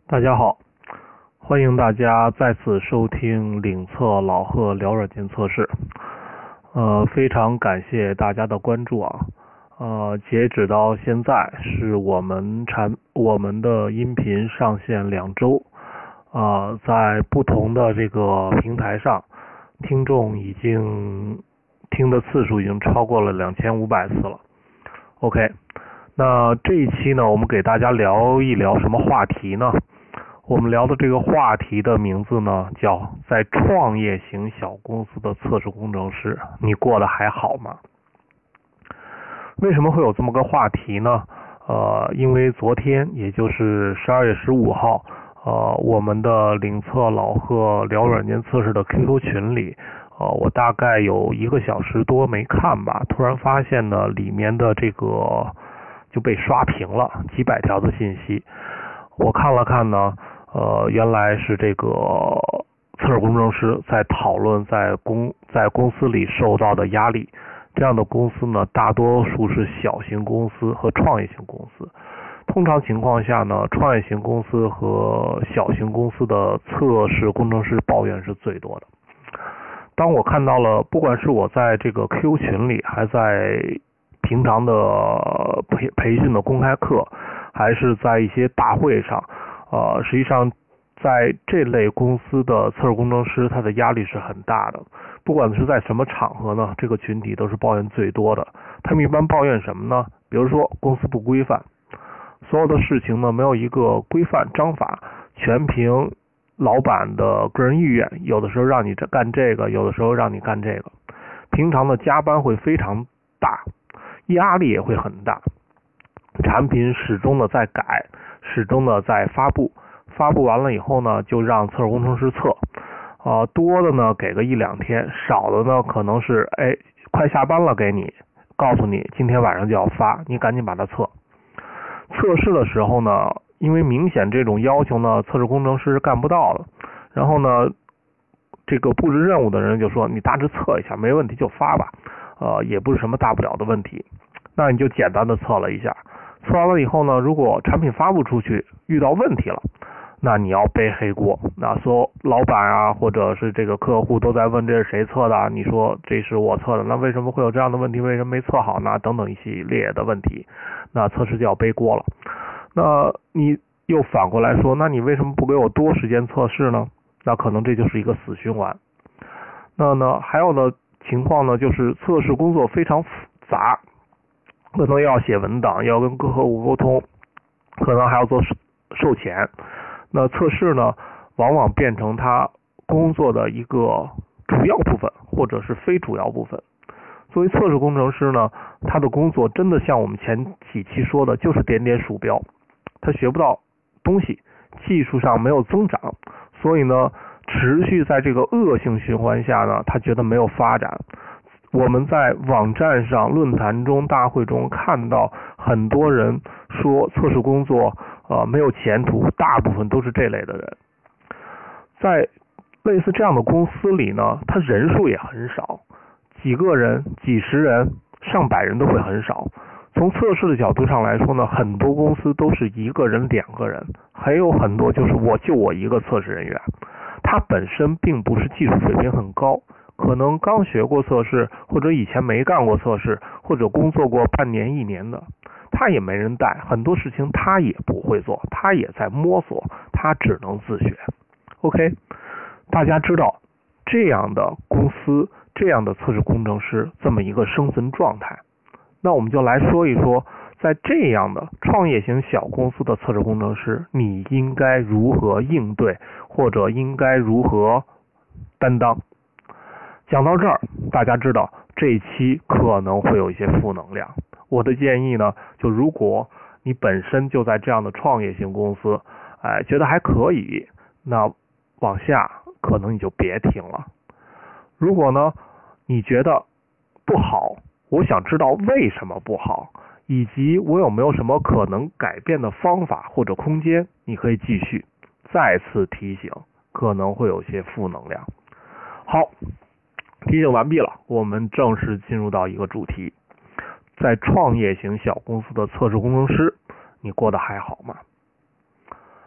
大家好，欢迎大家再次收听领测老贺聊软件测试。非常感谢大家的关注啊。截止到现在是我们的音频上线2周，在不同的这个平台上，听众已经听的次数已经超过了2500次了。OK， 那这一期呢，我们给大家聊一聊什么话题呢？我们聊的这个话题的名字呢，叫在创业型小公司的测试工程师，你过得还好吗？为什么会有这么个话题呢？因为昨天，也就是12月15号，我们的领测老贺聊软件测试的 QQ 群里，我大概有1个小时多没看吧，突然发现呢，里面的这个就被刷屏了，几百条的信息。我看了看呢，原来是这个测试工程师在讨论在公司里受到的压力。这样的公司呢，大多数是小型公司和创业型公司。通常情况下呢，创业型公司和小型公司的测试工程师抱怨是最多的。当我看到了，不管是我在这个 QQ 群里，还在平常的培训的公开课，还是在一些大会上，实际上在这类公司的测试工程师，他的压力是很大的。不管是在什么场合呢，这个群体都是抱怨最多的。他们一般抱怨什么呢？比如说公司不规范，所有的事情呢没有一个规范章法，全凭老板的个人意愿，有的时候让你干这个，有的时候让你干这个。平常的加班会非常大，压力也会很大，产品始终的在改，始终的在发布完了以后呢，就让测试工程师测。多的呢给个1-2天，少的呢可能是快下班了给你，告诉你今天晚上就要发，你赶紧把它测。测试的时候呢，因为明显这种要求呢，测试工程师是干不到的。然后呢，这个布置任务的人就说你大致测一下，没问题就发吧，也不是什么大不了的问题。那你就简单的测了一下，测完了以后呢，如果产品发布出去遇到问题了，那你要背黑锅。那说老板啊，或者是这个客户都在问这是谁测的，你说这是我测的，那为什么会有这样的问题？为什么没测好呢？等等一系列的问题，那测试就要背锅了。那你又反过来说，那你为什么不给我多时间测试呢？那可能这就是一个死循环。那呢，还有的情况呢，就是测试工作非常复杂，可能要写文档，要跟客户沟通，可能还要做售前。那测试呢，往往变成他工作的一个主要部分，或者是非主要部分。作为测试工程师呢，他的工作真的像我们前几期说的，就是点点鼠标，他学不到东西，技术上没有增长，所以呢，持续在这个恶性循环下呢，他觉得没有发展。我们在网站上、论坛中、大会中看到很多人说测试工作没有前途，大部分都是这类的人。在类似这样的公司里呢，他人数也很少，几个人、几十人、上百人都会很少。从测试的角度上来说呢，很多公司都是1个人、2个人，还有很多就是我一个测试人员，他本身并不是技术水平很高，可能刚学过测试，或者以前没干过测试，或者工作过半年、1年的，他也没人带，很多事情他也不会做，他也在摸索，他只能自学。OK， 大家知道这样的公司，这样的测试工程师这么一个生存状态，那我们就来说一说，在这样的创业型小公司的测试工程师，你应该如何应对，或者应该如何担当。讲到这儿，大家知道这一期可能会有一些负能量。我的建议呢，就如果你本身就在这样的创业型公司，觉得还可以，那往下可能你就别听了。如果呢，你觉得不好，我想知道为什么不好，以及我有没有什么可能改变的方法或者空间，你可以继续。再次提醒，可能会有些负能量。好，提醒完毕了，我们正式进入到一个主题。在创业型小公司的测试工程师，你过得还好吗？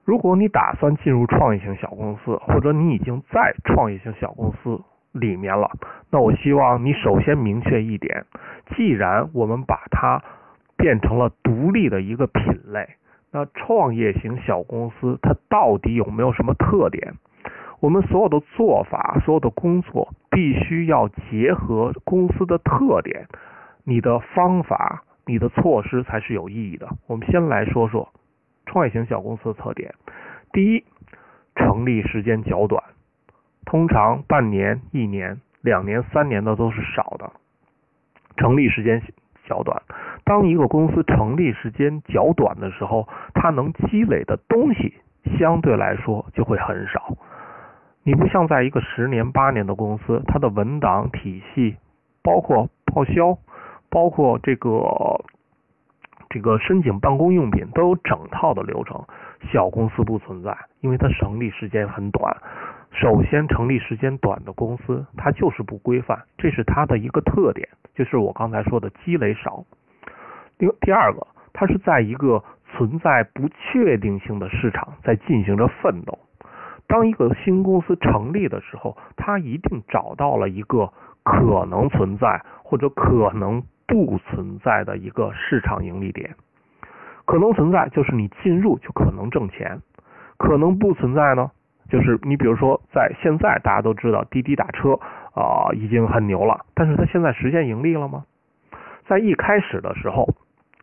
如果你打算进入创业型小公司，或者你已经在创业型小公司里面了，那我希望你首先明确一点，既然我们把它变成了独立的一个品类，那创业型小公司它到底有没有什么特点？我们所有的做法，所有的工作必须要结合公司的特点，你的方法，你的措施才是有意义的。我们先来说说创业型小公司的特点。第一，成立时间较短，通常半年、1年、2年、3年的都是少的。成立时间较短，当一个公司成立时间较短的时候，它能积累的东西相对来说就会很少。你不像在一个10年、8年的公司，它的文档体系，包括报销，包括这个申请办公用品都有整套的流程。小公司不存在，因为它成立时间很短。首先，成立时间短的公司，它就是不规范，这是它的一个特点，就是我刚才说的积累少。第二个，它是在一个存在不确定性的市场在进行着奋斗。当一个新公司成立的时候，它一定找到了一个可能存在或者可能不存在的一个市场盈利点。可能存在就是你进入就可能挣钱，可能不存在呢，就是你比如说在现在大家都知道滴滴打车已经很牛了，但是它现在实现盈利了吗？在一开始的时候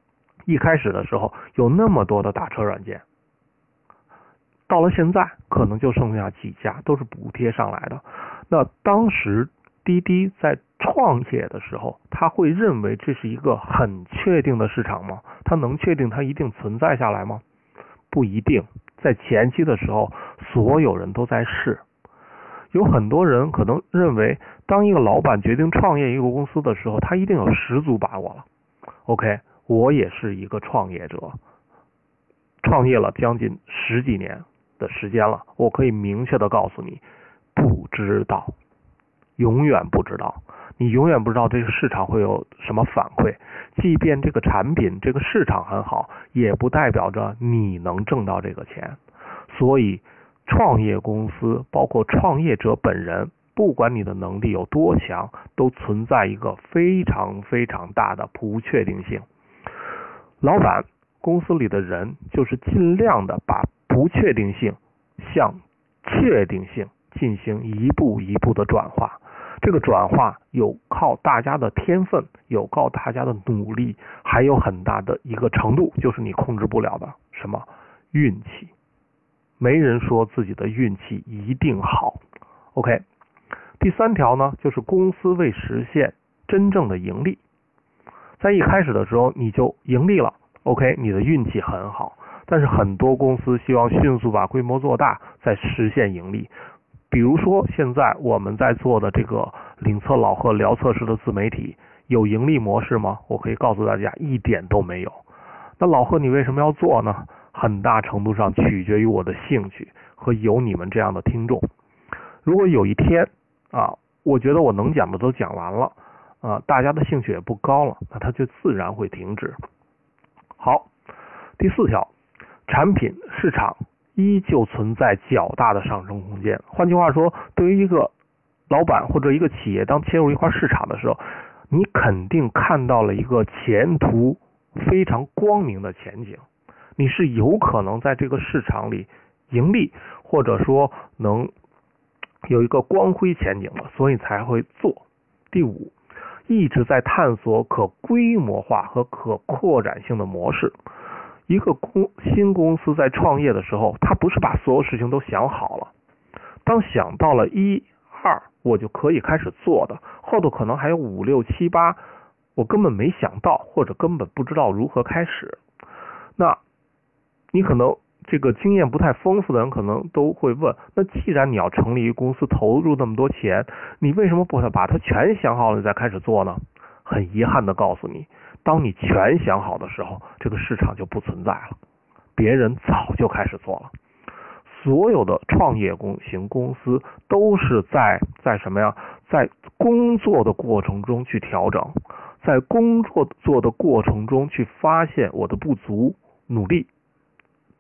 有那么多的打车软件，到了现在可能就剩下几家，都是补贴上来的。那当时滴滴在创业的时候，他会认为这是一个很确定的市场吗？他能确定它一定存在下来吗？不一定。在前期的时候，所有人都在试。有很多人可能认为，当一个老板决定创业一个公司的时候，他一定有十足把握了。OK， 我也是一个创业者，创业了将近10几年的时间了，我可以明确的告诉你，不知道，永远不知道。你永远不知道这个市场会有什么反馈，即便这个产品这个市场很好，也不代表着你能挣到这个钱。所以创业公司包括创业者本人，不管你的能力有多强，都存在一个非常非常大的不确定性。老板公司里的人就是尽量的把不确定性向确定性进行一步一步的转化。这个转化有靠大家的天分，有靠大家的努力，还有很大的一个程度，就是你控制不了的什么运气。没人说自己的运气一定好。OK， 第3条呢，就是公司为实现真正的盈利，在一开始的时候你就盈利了， OK， 你的运气很好。但是很多公司希望迅速把规模做大，再实现盈利。比如说现在我们在做的这个领测老贺聊测试的自媒体，有盈利模式吗？我可以告诉大家，一点都没有。那老贺你为什么要做呢？很大程度上取决于我的兴趣和有你们这样的听众。如果有一天我觉得我能讲的都讲完了大家的兴趣也不高了，那它就自然会停止。好，第4条，产品市场依旧存在较大的上升空间。换句话说，对于一个老板或者一个企业，当切入一块市场的时候，你肯定看到了一个前途非常光明的前景，你是有可能在这个市场里盈利，或者说能有一个光辉前景的，所以才会做。第5，一直在探索可规模化和可扩展性的模式。一个新公司在创业的时候，他不是把所有事情都想好了，当想到了1、2，我就可以开始做的，后头可能还有5、6、7、8，我根本没想到，或者根本不知道如何开始。那你可能这个经验不太丰富的人可能都会问，那既然你要成立一个公司，投入那么多钱，你为什么不把它全想好了再开始做呢？很遗憾的告诉你，当你全想好的时候，这个市场就不存在了，别人早就开始做了。所有的创业型公司都是在什么呀？在工作的过程中去调整，在工作的过程中去发现我的不足，努力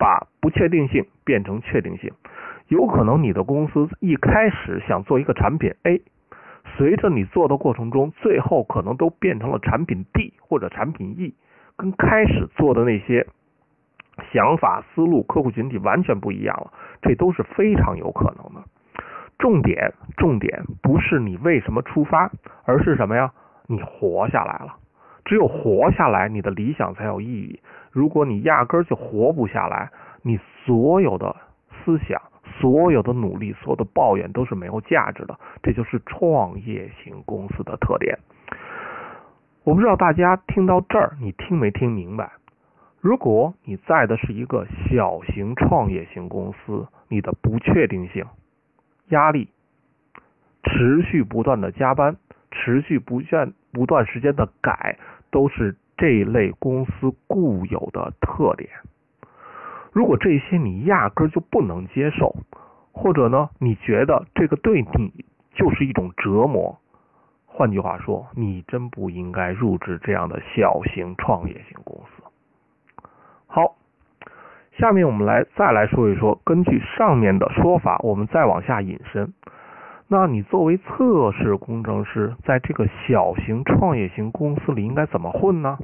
把不确定性变成确定性。有可能你的公司一开始想做一个产品 A， 随着你做的过程中，最后可能都变成了产品 D 或者产品 E， 跟开始做的那些想法、思路、客户群体完全不一样了，这都是非常有可能的。重点不是你为什么出发，而是什么呀？你活下来了。只有活下来，你的理想才有意义。如果你压根儿就活不下来，你所有的思想、所有的努力、所有的抱怨都是没有价值的。这就是创业型公司的特点。我不知道大家听到这儿，你听没听明白？如果你在的是一个小型创业型公司，你的不确定性、压力、持续不断的加班、持续不断时间的改，都是这一类公司固有的特点。如果这些你压根就不能接受，或者呢，你觉得这个对你就是一种折磨，换句话说，你真不应该入职这样的小型创业型公司。好，下面我们再来说一说，根据上面的说法，我们再往下引申。那你作为测试工程师，在这个小型创业型公司里应该怎么混呢？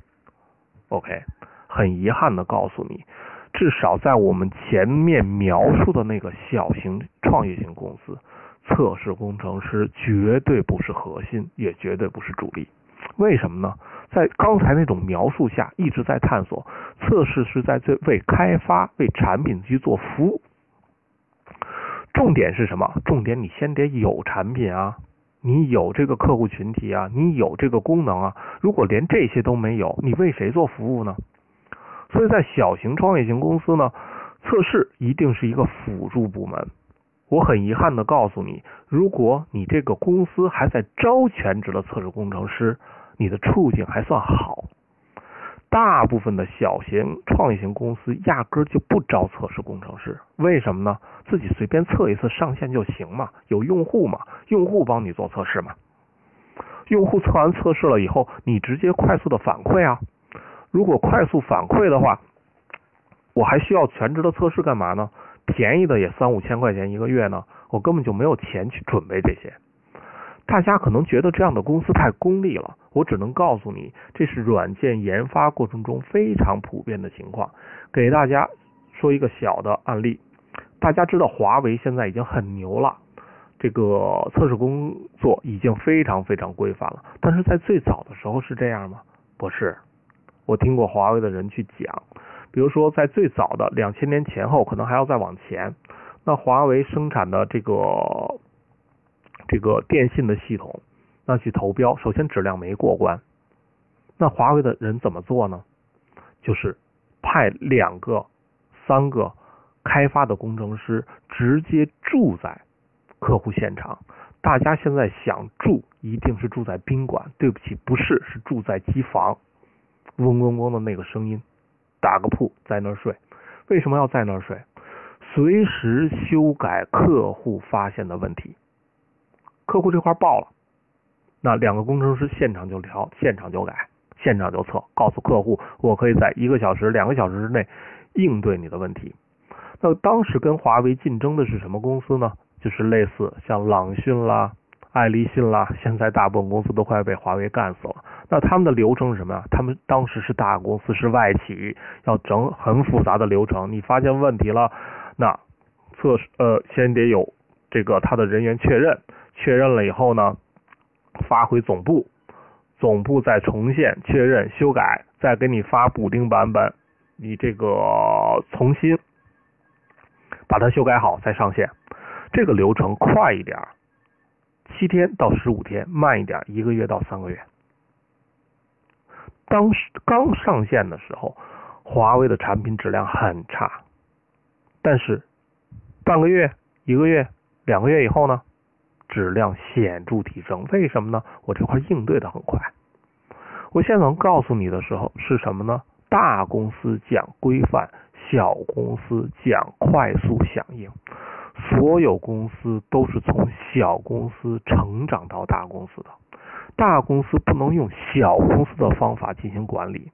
OK， 很遗憾的告诉你，至少在我们前面描述的那个小型创业型公司，测试工程师绝对不是核心，也绝对不是主力。为什么呢？在刚才那种描述下，一直在探索，测试是在为开发、为产品去做服务。重点是什么？重点你先得有产品啊，你有这个客户群体啊，你有这个功能啊。如果连这些都没有，你为谁做服务呢？所以在小型创业型公司呢，测试一定是一个辅助部门。我很遗憾的告诉你，如果你这个公司还在招全职的测试工程师，你的处境还算好。大部分的小型创业型公司压根就不招测试工程师，为什么呢？自己随便测一次上线就行嘛，有用户嘛，用户帮你做测试嘛。用户测完测试了以后，你直接快速的反馈啊。如果快速反馈的话，我还需要全职的测试干嘛呢？便宜的也3-5千块钱一个月呢，我根本就没有钱去准备这些。大家可能觉得这样的公司太功利了，我只能告诉你，这是软件研发过程中非常普遍的情况。给大家说一个小的案例，大家知道华为现在已经很牛了，这个测试工作已经非常非常规范了，但是在最早的时候是这样吗？不是。我听过华为的人去讲，比如说在最早的2000年前后，可能还要再往前，那华为生产的这个电信的系统，那去投标，首先质量没过关，那华为的人怎么做呢？就是派2个、3个开发的工程师直接住在客户现场。大家现在想住，一定是住在宾馆，对不起，不是，是住在机房，嗡嗡嗡的那个声音，打个铺在那儿睡。为什么要在那儿睡？随时修改客户发现的问题。客户这块爆了，那2个工程师现场就调，现场就改，现场就测，告诉客户我可以在1个小时、2个小时之内应对你的问题。那当时跟华为竞争的是什么公司呢？就是类似像朗讯啦、爱立信啦，现在大部分公司都快被华为干死了。那他们的流程是什么呀？他们当时是大公司，是外企，要整很复杂的流程。你发现问题了，那先得有这个他的人员确认了以后呢，发回总部，总部再重现确认修改，再给你发补丁版本，你这个重新把它修改好再上线。这个流程快一点7天到15天，慢一点1个月到3个月。当时刚上线的时候，华为的产品质量很差，但是半个月、1个月、2个月以后呢，质量显著提升。为什么呢？我这块应对的很快。我现在能告诉你的时候是什么呢？大公司讲规范，小公司讲快速响应。所有公司都是从小公司成长到大公司的，大公司不能用小公司的方法进行管理，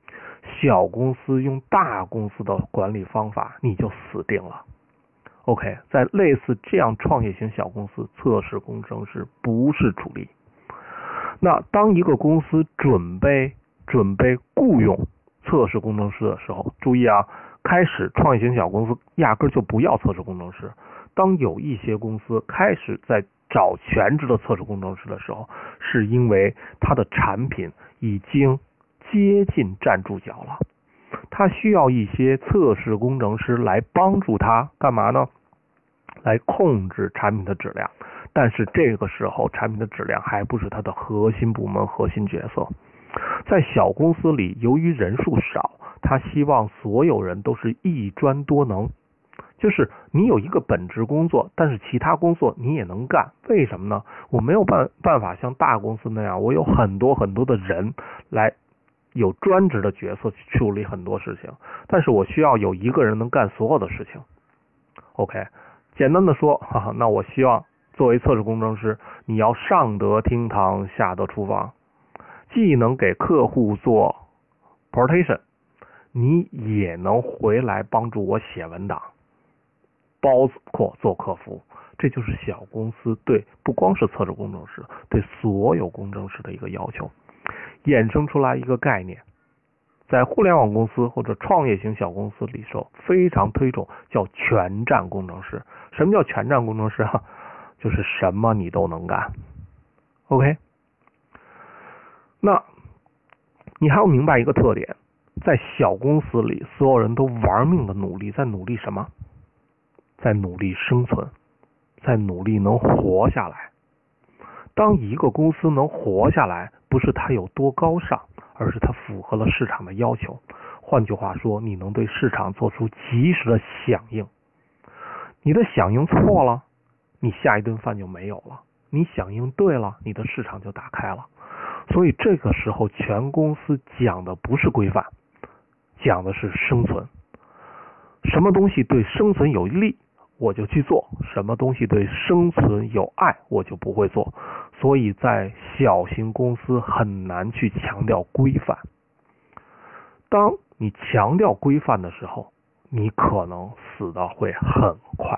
小公司用大公司的管理方法，你就死定了。OK， 在类似这样创业型小公司，测试工程师不是主力。那当一个公司准备雇佣测试工程师的时候，注意啊，开始创业型小公司压根就不要测试工程师。当有一些公司开始在找全职的测试工程师的时候，是因为它的产品已经接近站住脚了。他需要一些测试工程师来帮助他干嘛呢？来控制产品的质量。但是这个时候产品的质量还不是他的核心部门核心角色。在小公司里，由于人数少，他希望所有人都是一专多能，就是你有一个本职工作，但是其他工作你也能干。为什么呢？我没有办法像大公司那样，我有很多的人来有专职的角色去处理很多事情，但是我需要有一个人能干所有的事情。OK， 简单的说，那我希望作为测试工程师，你要上得厅堂，下得厨房，既能给客户做 presentation， 你也能回来帮助我写文档，包括做客服。这就是小公司对不光是测试工程师，对所有工程师的一个要求。衍生出来一个概念，在互联网公司或者创业型小公司里头非常推崇，叫全站工程师。什么叫全站工程师啊？就是什么你都能干。OK， 那你还要明白一个特点，在小公司里，所有人都玩命的努力，在努力什么？在努力生存，在努力能活下来。当一个公司能活下来，不是它有多高尚，而是它符合了市场的要求。换句话说，你能对市场做出及时的响应。你的响应错了，你下一顿饭就没有了；你响应对了，你的市场就打开了。所以这个时候，全公司讲的不是规范，讲的是生存。什么东西对生存有利，我就去做；什么东西对生存有碍，我就不会做。所以在小型公司很难去强调规范。当你强调规范的时候，你可能死的会很快。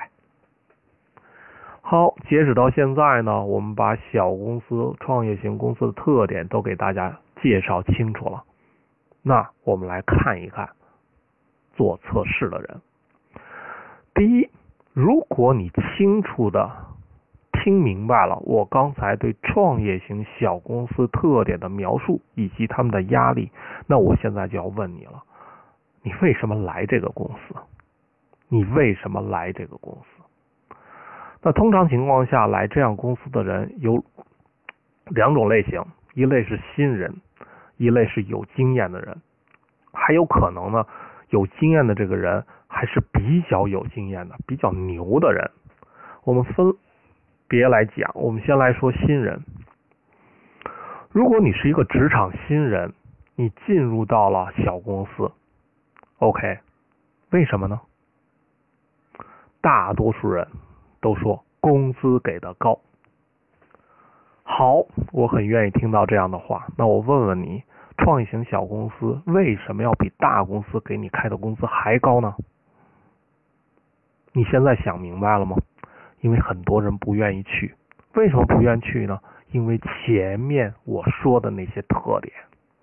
好，截止到现在呢，我们把小公司、创业型公司的特点都给大家介绍清楚了。那我们来看一看做测试的人。第一，如果你清楚的听明白了我刚才对创业型小公司特点的描述以及他们的压力，那我现在就要问你了，你为什么来这个公司？你为什么来这个公司？那通常情况下，来这样公司的人有两种类型，一类是新人，一类是有经验的人。还有可能呢，有经验的这个人还是比较有经验的，比较牛的人。我们分别来讲，我们先来说新人。如果你是一个职场新人，你进入到了小公司 ，OK， 为什么呢？大多数人都说工资给的高。好，我很愿意听到这样的话。那我问问你，创业型小公司为什么要比大公司给你开的工资还高呢？你现在想明白了吗？因为很多人不愿意去。为什么不愿意去呢？因为前面我说的那些特点。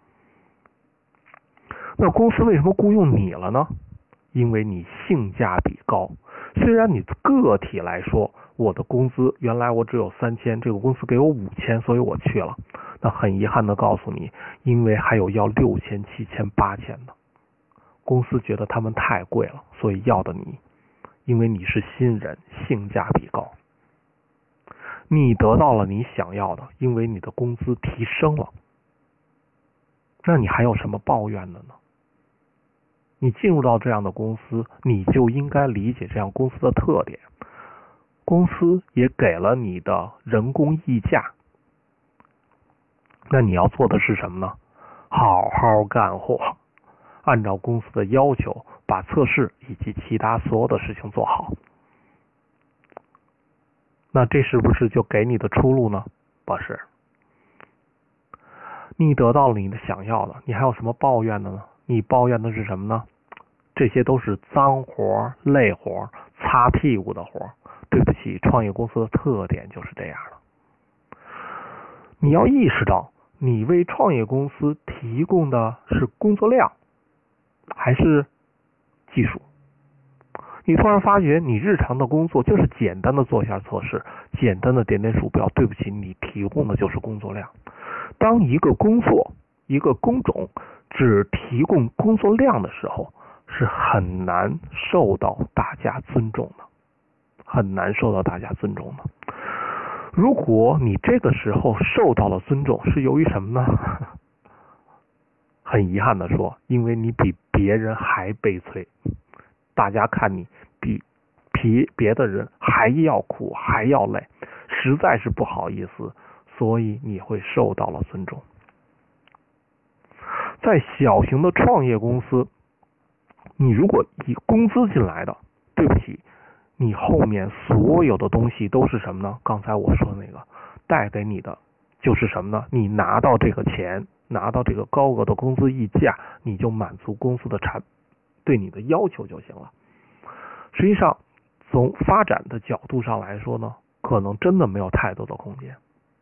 那公司为什么雇佣你了呢？因为你性价比高。虽然你个体来说，我的工资原来我只有3000，这个公司给我5000，所以我去了。那很遗憾的告诉你，因为还有要6000、7000、8000的，公司觉得他们太贵了，所以要的你。因为你是新人，性价比高，你得到了你想要的，因为你的工资提升了。那你还有什么抱怨的呢？你进入到这样的公司，你就应该理解这样公司的特点。公司也给了你的人工溢价，那你要做的是什么呢？好好干活，按照公司的要求，把测试以及其他所有的事情做好。那这是不是就给你的出路呢？不是。你得到了你的想要的，你还有什么抱怨的呢？ 你抱怨的是什么呢？这些都是脏活、累活、擦屁股的活。对不起，创业公司的特点就是这样的。你要意识到，你为创业公司提供的是工作量，还是技术？你突然发觉，你日常的工作就是简单的做一下测试，简单的点点鼠标。对不起，你提供的就是工作量。当一个工作、一个工种只提供工作量的时候，是很难受到大家尊重的，很难受到大家尊重的。如果你这个时候受到了尊重，是由于什么呢？很遗憾的说，因为你比别人还悲催，大家看你比别的人还要苦还要累，实在是不好意思，所以你会受到了尊重。在小型的创业公司，你如果以工资进来的，对不起，你后面所有的东西都是什么呢？刚才我说的那个带给你的就是什么呢？你拿到这个钱，拿到这个高额的工资溢价，你就满足公司的对你的要求就行了。实际上从发展的角度上来说呢，可能真的没有太多的空间。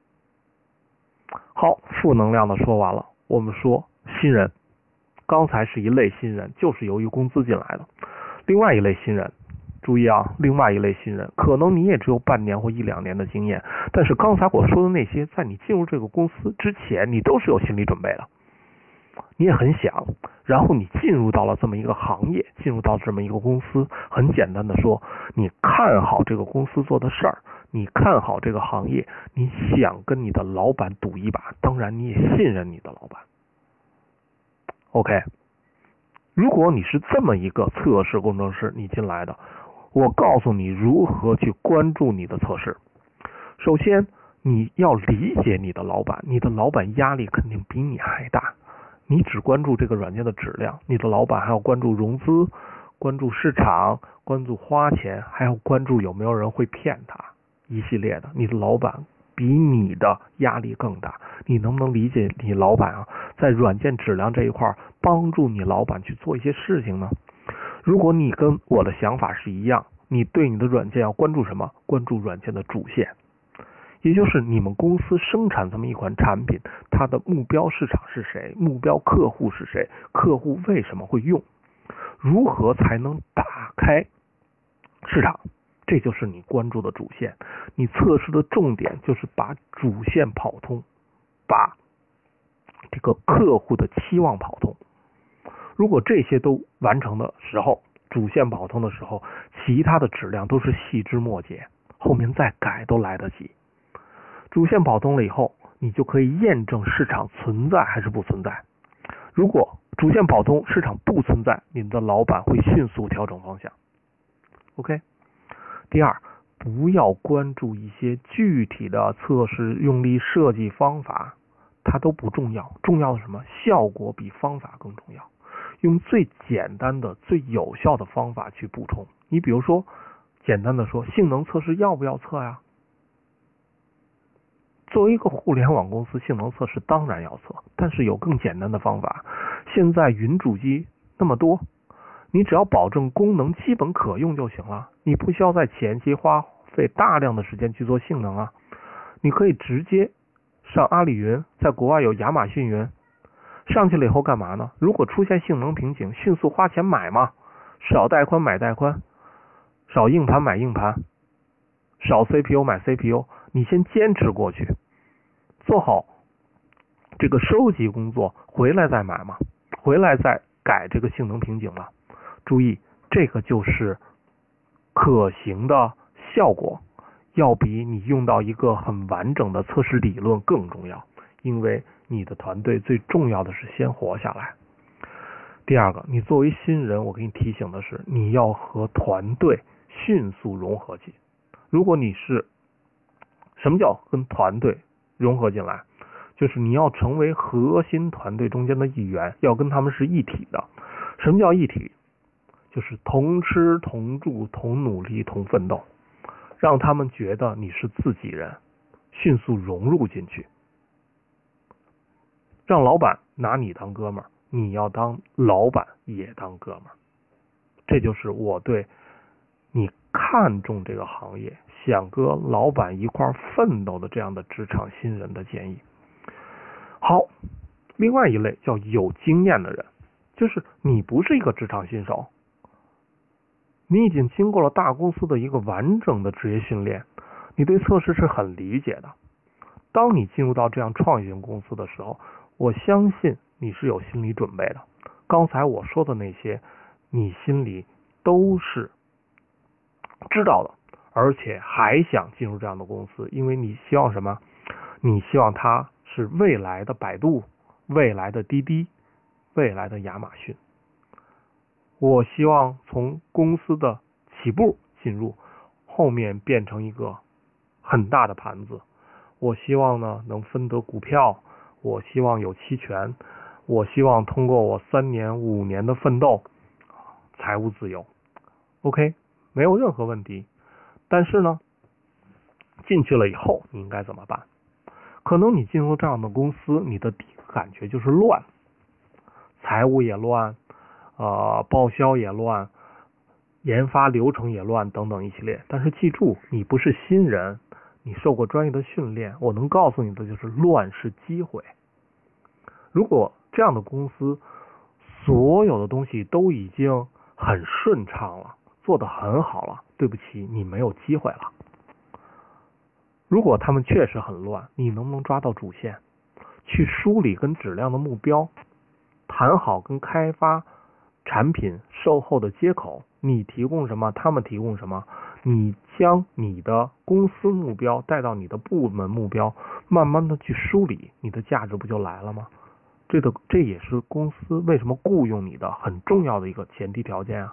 好，负能量的说完了，我们说新人。刚才是一类新人，就是由于工资进来的。另外一类新人，注意啊，另外一类新人，可能你也只有半年或1-2年的经验，但是刚才我说的那些，在你进入这个公司之前，你都是有心理准备的，你也很想，然后你进入到了这么一个行业，进入到这么一个公司，很简单的说，你看好这个公司做的事儿，你看好这个行业，你想跟你的老板赌一把，当然你也信任你的老板。OK， 如果你是这么一个测试工程师，你进来的，我告诉你如何去关注你的测试。首先，你要理解你的老板，你的老板压力肯定比你还大。你只关注这个软件的质量，你的老板还要关注融资，关注市场，关注花钱，还要关注有没有人会骗他，一系列的。你的老板比你的压力更大，你能不能理解你老板啊，在软件质量这一块帮助你老板去做一些事情呢？如果你跟我的想法是一样，你对你的软件要关注什么？关注软件的主线，也就是你们公司生产这么一款产品，它的目标市场是谁？目标客户是谁？客户为什么会用？如何才能打开市场？这就是你关注的主线。你测试的重点就是把主线跑通，把这个客户的期望跑通。如果这些都完成的时候，主线跑通的时候，其他的质量都是细枝末节，后面再改都来得及。主线跑通了以后，你就可以验证市场存在还是不存在。如果主线跑通，市场不存在，你的老板会迅速调整方向。OK。第二，不要关注一些具体的测试用力设计方法，它都不重要，重要的是什么？效果比方法更重要。用最简单的、最有效的方法去补充。你比如说，简单的说，性能测试要不要测呀？作为一个互联网公司，性能测试当然要测，但是有更简单的方法。现在云主机那么多，你只要保证功能基本可用就行了，你不需要在前期花费大量的时间去做性能啊。你可以直接上阿里云，在国外有亚马逊云，上去了以后干嘛呢？如果出现性能瓶颈，迅速花钱买嘛，少带宽买带宽，少硬盘买硬盘，少 CPU 买 CPU， 你先坚持过去，做好这个收集工作，回来再买嘛，回来再改这个性能瓶颈嘛。注意，这个就是可行的效果，要比你用到一个很完整的测试理论更重要，因为你的团队最重要的是先活下来。第二个，你作为新人，我给你提醒的是，你要和团队迅速融合起。如果你是，什么叫跟团队融合进来？就是你要成为核心团队中间的一员，要跟他们是一体的。什么叫一体？就是同吃同住同努力同奋斗，让他们觉得你是自己人，迅速融入进去，让老板拿你当哥们儿， 你要当老板也当哥们儿。这就是我对你看重这个行业，想跟老板一块奋斗的这样的职场新人的建议。好，另外一类叫有经验的人，就是你不是一个职场新手，你已经经过了大公司的一个完整的职业训练，你对测试是很理解的。当你进入到这样创业型公司的时候，我相信你是有心理准备的。刚才我说的那些，你心里都是知道的，而且还想进入这样的公司，因为你希望什么？你希望它是未来的百度，未来的滴滴，未来的亚马逊。我希望从公司的起步进入，后面变成一个很大的盘子。我希望呢能分得股票，我希望有期权，我希望通过我3年5年的奋斗，财务自由。OK， 没有任何问题。但是呢，进去了以后你应该怎么办？可能你进入这样的公司，你的第一个感觉就是乱，财务也乱，报销也乱，研发流程也乱等等一系列。但是记住，你不是新人，你受过专业的训练，我能告诉你的就是乱是机会。如果这样的公司所有的东西都已经很顺畅了，做得很好了，对不起，你没有机会了。如果他们确实很乱，你能不能抓到主线，去梳理跟质量的目标，谈好跟开发产品售后的接口，你提供什么，他们提供什么，你将你的公司目标带到你的部门目标，慢慢的去梳理，你的价值不就来了吗？这也是公司为什么雇佣你的很重要的一个前提条件啊。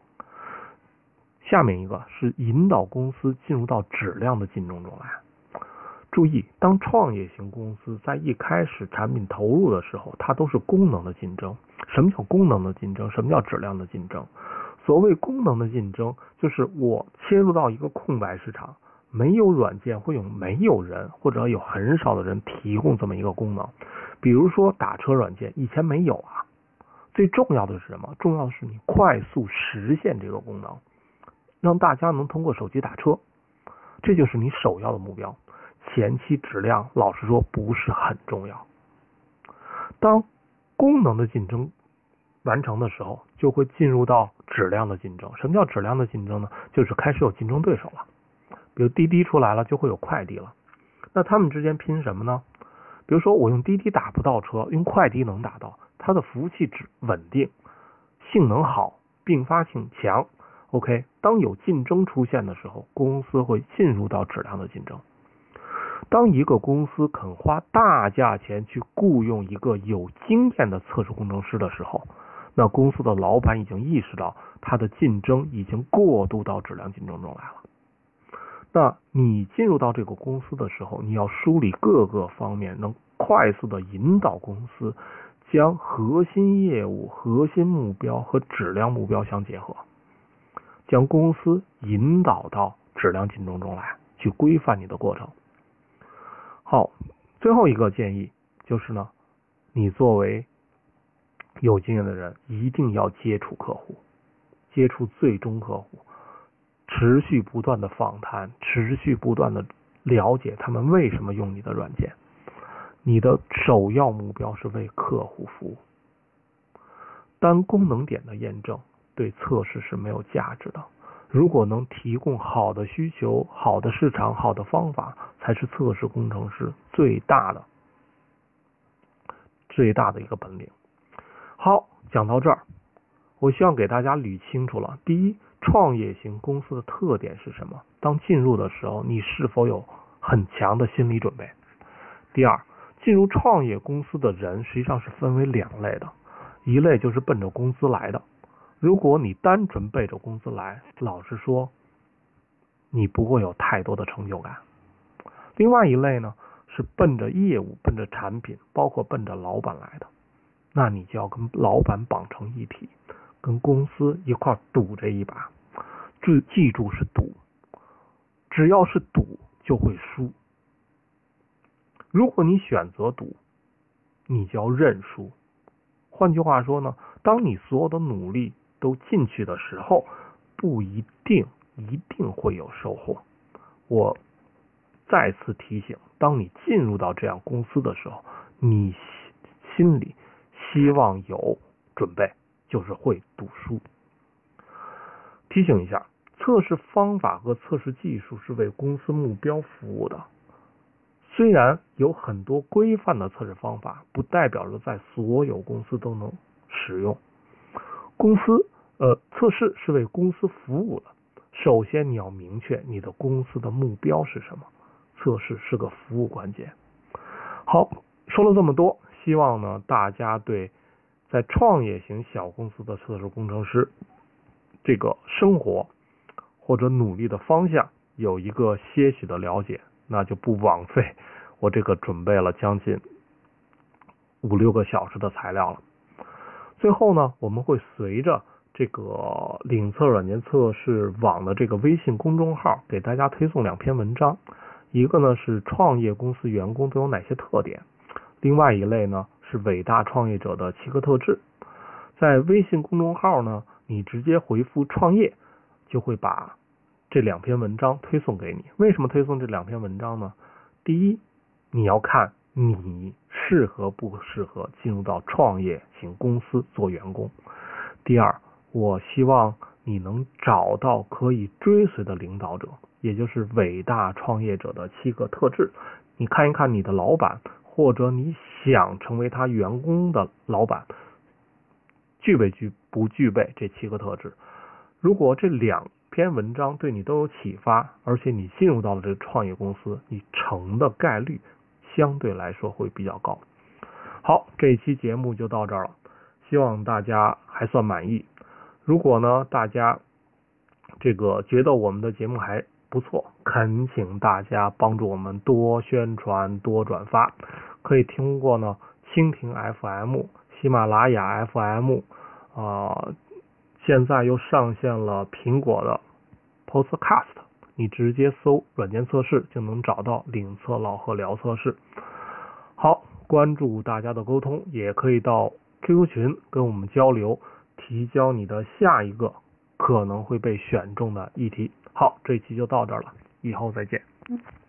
下面一个是引导公司进入到质量的竞争中来。注意，当创业型公司在一开始产品投入的时候，它都是功能的竞争。什么叫功能的竞争？什么叫质量的竞争？所谓功能的竞争，就是我切入到一个空白市场，没有软件，会有没有人，或者有很少的人提供这么一个功能。比如说打车软件，以前没有啊。最重要的是什么？重要的是你快速实现这个功能，让大家能通过手机打车，这就是你首要的目标。前期质量老实说不是很重要。当功能的竞争完成的时候，就会进入到质量的竞争。什么叫质量的竞争呢？就是开始有竞争对手了。比如滴滴出来了，就会有快递了。那他们之间拼什么呢？比如说我用滴滴打不到车，用快递能打到，它的服务器稳定，性能好，并发性强。OK， 当有竞争出现的时候，公司会进入到质量的竞争。当一个公司肯花大价钱去雇佣一个有经验的测试工程师的时候，那公司的老板已经意识到他的竞争已经过渡到质量竞争中来了。那你进入到这个公司的时候，你要梳理各个方面，能快速的引导公司将核心业务、核心目标和质量目标相结合，将公司引导到质量竞争中来，去规范你的过程。好，最后一个建议就是呢，你作为有经验的人，一定要接触客户，接触最终客户，持续不断的访谈，持续不断的了解他们为什么用你的软件。你的首要目标是为客户服务。单功能点的验证对测试是没有价值的。如果能提供好的需求、好的市场、好的方法，才是测试工程师最大的一个本领。好，讲到这儿，我希望给大家捋清楚了。第一，创业型公司的特点是什么？当进入的时候，你是否有很强的心理准备？第二，进入创业公司的人实际上是分为2类的，一类就是奔着工资来的。如果你单纯背着工资来，老实说，你不会有太多的成就感。另外一类呢，是奔着业务、奔着产品，包括奔着老板来的，那你就要跟老板绑成一体，跟公司一块赌这一把。记住是赌，只要是赌就会输。如果你选择赌，你就要认输， 换句话说呢，当你所有的努力都进去的时候，不一定会有收获。我再次提醒，当你进入到这样公司的时候，你心里希望有准备，就是会读书。提醒一下，测试方法和测试技术是为公司目标服务的。虽然有很多规范的测试方法，不代表着在所有公司都能使用。测试是为公司服务的。首先你要明确你的公司的目标是什么，测试是个服务关键。好，说了这么多，希望呢大家对在创业型小公司的测试工程师这个生活或者努力的方向有一个些许的了解，那就不枉费我这个准备了将近5-6个小时的材料了。最后呢，我们会随着这个领测软件测试网的这个微信公众号给大家推送2篇文章，一个呢是创业公司员工都有哪些特点，另外一类呢是伟大创业者的7个特质。在微信公众号呢，你直接回复创业，就会把这2篇文章推送给你。为什么推送这2篇文章呢？第一，你要看你适合不适合进入到创业型公司做员工。第二，我希望你能找到可以追随的领导者，也就是伟大创业者的7个特质。你看一看你的老板，或者你想成为他员工的老板，不具备这7个特质。如果这2篇文章对你都有启发，而且你进入到了这个创业公司，你成的概率相对来说会比较高。好，这一期节目就到这儿了，希望大家还算满意。如果呢大家这个觉得我们的节目还不错，恳请大家帮助我们多宣传多转发。可以通过呢蜻蜓 FM、喜马拉雅 FM，现在又上线了苹果的 Podcast， 你直接搜软件测试就能找到领测老贺聊测试。好，关注大家的沟通，也可以到 QQ 群跟我们交流，提交你的下一个可能会被选中的议题。好，这一期就到这儿了，以后再见。